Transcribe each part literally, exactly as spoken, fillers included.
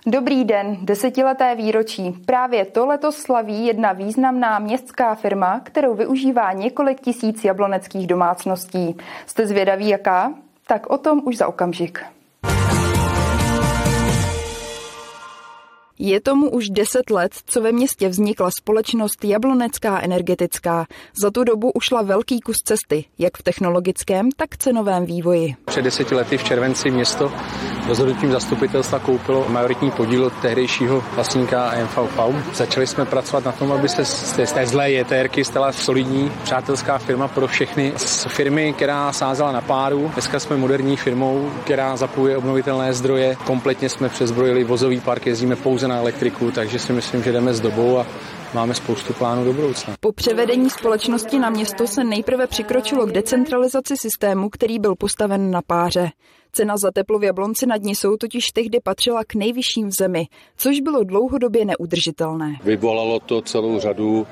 Dobrý den, desetileté výročí. Právě to letos slaví jedna významná městská firma, kterou využívá několik tisíc jabloneckých domácností. Jste zvědaví jaká? Tak o tom už za okamžik. Je tomu už deset let, co ve městě vznikla společnost Jablonecká energetická. Za tu dobu ušla velký kus cesty, jak v technologickém, tak cenovém vývoji. Před deseti lety v červenci město rozhodnutím zastupitelstva koupilo majoritní podíl od tehdejšího vlastníka E M V Faum. Začali jsme pracovat na tom, aby se z té zlé jetérky stala solidní přátelská firma pro všechny. Z firmy, která sázela na páru, dneska jsme moderní firmou, která zapojuje obnovitelné zdroje. Kompletně jsme přezbrojili vozový park, jezdíme pouze na elektriku, takže si myslím, že jdeme s dobou a máme spoustu plánů do budoucna. Po převedení společnosti na město se nejprve přikročilo k decentralizaci systému, který byl postaven na páře. Cena za teplo v Jablonci nad Nisou totiž tehdy patřila k nejvyšším v zemi, což bylo dlouhodobě neudržitelné. Vyvolalo to celou řadu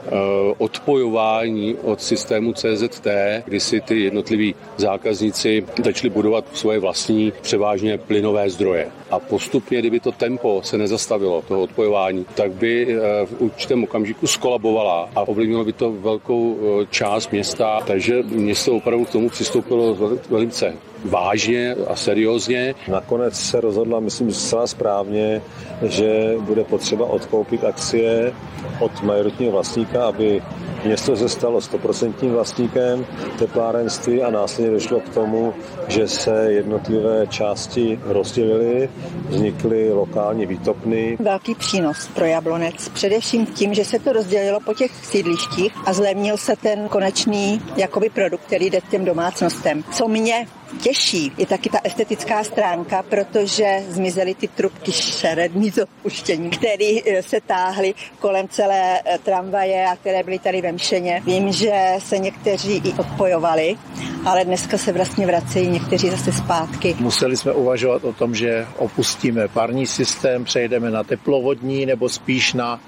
odpojování od systému C Z T, kdy si ty jednotliví zákazníci začali budovat svoje vlastní převážně plynové zdroje. A postupně, kdyby to tempo se nezastavilo, toho odpojování, tak by v určitém okamžiku skolabovala a ovlivnilo by to velkou část města. Takže město opravdu k tomu přistoupilo velice vážně a seriózně. Nakonec se rozhodla, myslím, zcela správně, že bude potřeba odkoupit akcie od majoritního vlastníka, aby město se stalo stoprocentním vlastníkem teplárenství a následně došlo k tomu, že se jednotlivé části rozdělily, vznikly lokální výtopny. Velký přínos pro Jablonec, především tím, že se to rozdělilo po těch sídlištích a zlevnil se ten konečný jakoby produkt, který jde těm domácnostem. Co mě těší je taky ta estetická stránka, protože zmizely ty trubky šeredný z odpuštění, které se táhly kolem celé tramvaje a které byly tady ve Mšeně. Vím, že se někteří i odpojovali, ale dneska se vlastně vracejí někteří zase zpátky. Museli jsme uvažovat o tom, že opustíme parní systém, přejdeme na teplovodní nebo spíš na,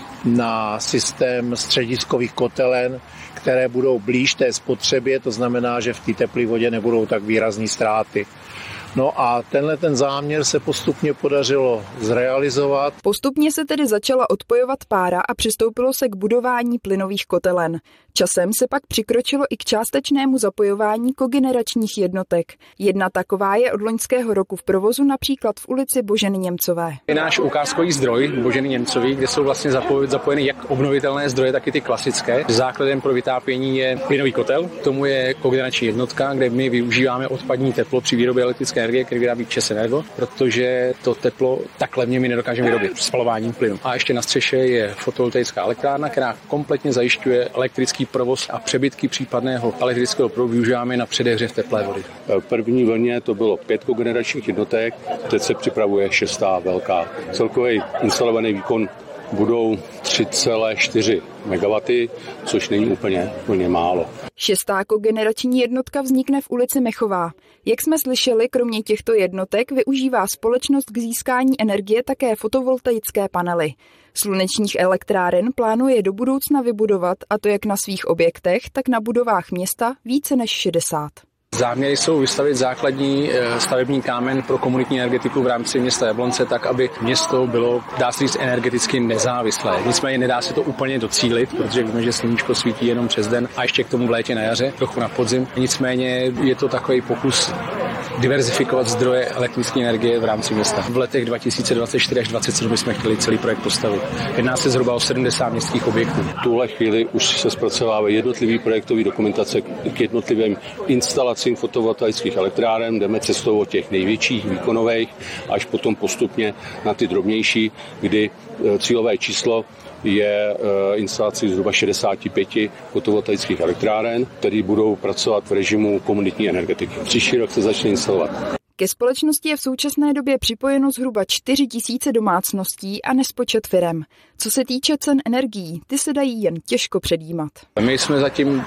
na systém střediskových kotelen, které budou blíž té spotřebě, to znamená, že v té teplé vodě nebudou tak výrazné ztráty. No a tenhle ten záměr se postupně podařilo zrealizovat. Postupně se tedy začala odpojovat pára a přistoupilo se k budování plynových kotelen. Časem se pak přikročilo i k částečnému zapojování kogeneračních jednotek. Jedna taková je od loňského roku v provozu například v ulici Boženy Němcové. Je náš ukázkový zdroj Boženy Němcový, kde jsou vlastně zapojeny jak obnovitelné zdroje, tak i ty klasické. Základem pro vytápění je plynový kotel, k tomu je kogenerační jednotka, kde my využíváme odpadní teplo při výrobě elektrické energie, který vyrábí Čes Energo, protože to teplo tak levně my nedokážeme vyrobit spalováním plynu. A ještě na střeše je fotovoltaická elektrárna, která kompletně zajišťuje elektrický provoz a přebytky případného elektrického proudu využíváme na předehřev teplé vody. V první vlně to bylo pět kogeneračních jednotek, teď se připravuje šestá velká. Celkový instalovaný výkon budou tři celé čtyři megawatty, což není úplně, úplně málo. Šestá kogenerační jednotka vznikne v ulici Mechová. Jak jsme slyšeli, kromě těchto jednotek využívá společnost k získání energie také fotovoltaické panely. Slunečních elektráren plánuje do budoucna vybudovat, a to jak na svých objektech, tak na budovách města, více než šedesát. Záměry jsou vystavit základní stavební kámen pro komunitní energetiku v rámci města Jablonce tak, aby město bylo, dá se říct, energeticky nezávislé. Nicméně nedá se to úplně docílit, protože víme, že sluníčko svítí jenom přes den a ještě k tomu v létě na jaře, trochu na podzim. Nicméně je to takový pokus diverzifikovat zdroje elektrické energie v rámci města. V letech dva tisíce dvacet čtyři až dvacet sedm jsme chtěli celý projekt postavit. Jedná se zhruba o sedmdesát městských objektů. V tuhle chvíli už se zpracovávají jednotlivý projektový dokumentace k jednotlivým instalacím fotovoltaických elektráren. Jdeme cestou od těch největších výkonových až potom postupně na ty drobnější, kdy cílové číslo je instalací zhruba šedesát pět fotovoltaických elektráren, které budou pracovat v režimu komunitní energetiky. Příští rok se začne instalovat. Ke společnosti je v současné době připojeno zhruba čtyři tisíce domácností a nespočet firem. Co se týče cen energií, ty se dají jen těžko předjímat. My jsme zatím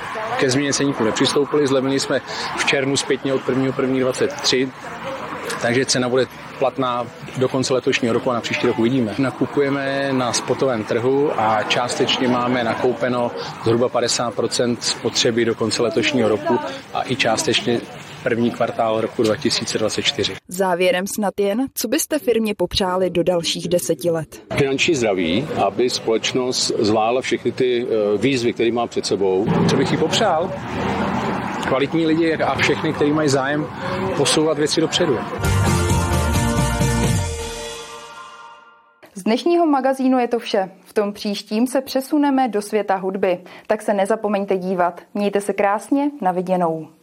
ke změně ceníku nepřistoupili, zlevnili jsme v červnu zpětně od prvního prvního dvacet tři, takže cena bude platná do konce letošního roku a na příští rok uvidíme. Nakupujeme na spotovém trhu a částečně máme nakoupeno zhruba padesát procent spotřeby do konce letošního roku a i částečně první kvartál roku dva tisíce dvacet čtyři. Závěrem snad jen, co byste firmě popřáli do dalších deseti let? Finanční zdraví, aby společnost zvládla všechny ty výzvy, které má před sebou. Co bych jí popřál? Kvalitní lidi a všechny, kteří mají zájem posouvat věci dopředu. Z dnešního magazínu je to vše. V tom příštím se přesuneme do světa hudby. Tak se nezapomeňte dívat. Mějte se krásně, na viděnou.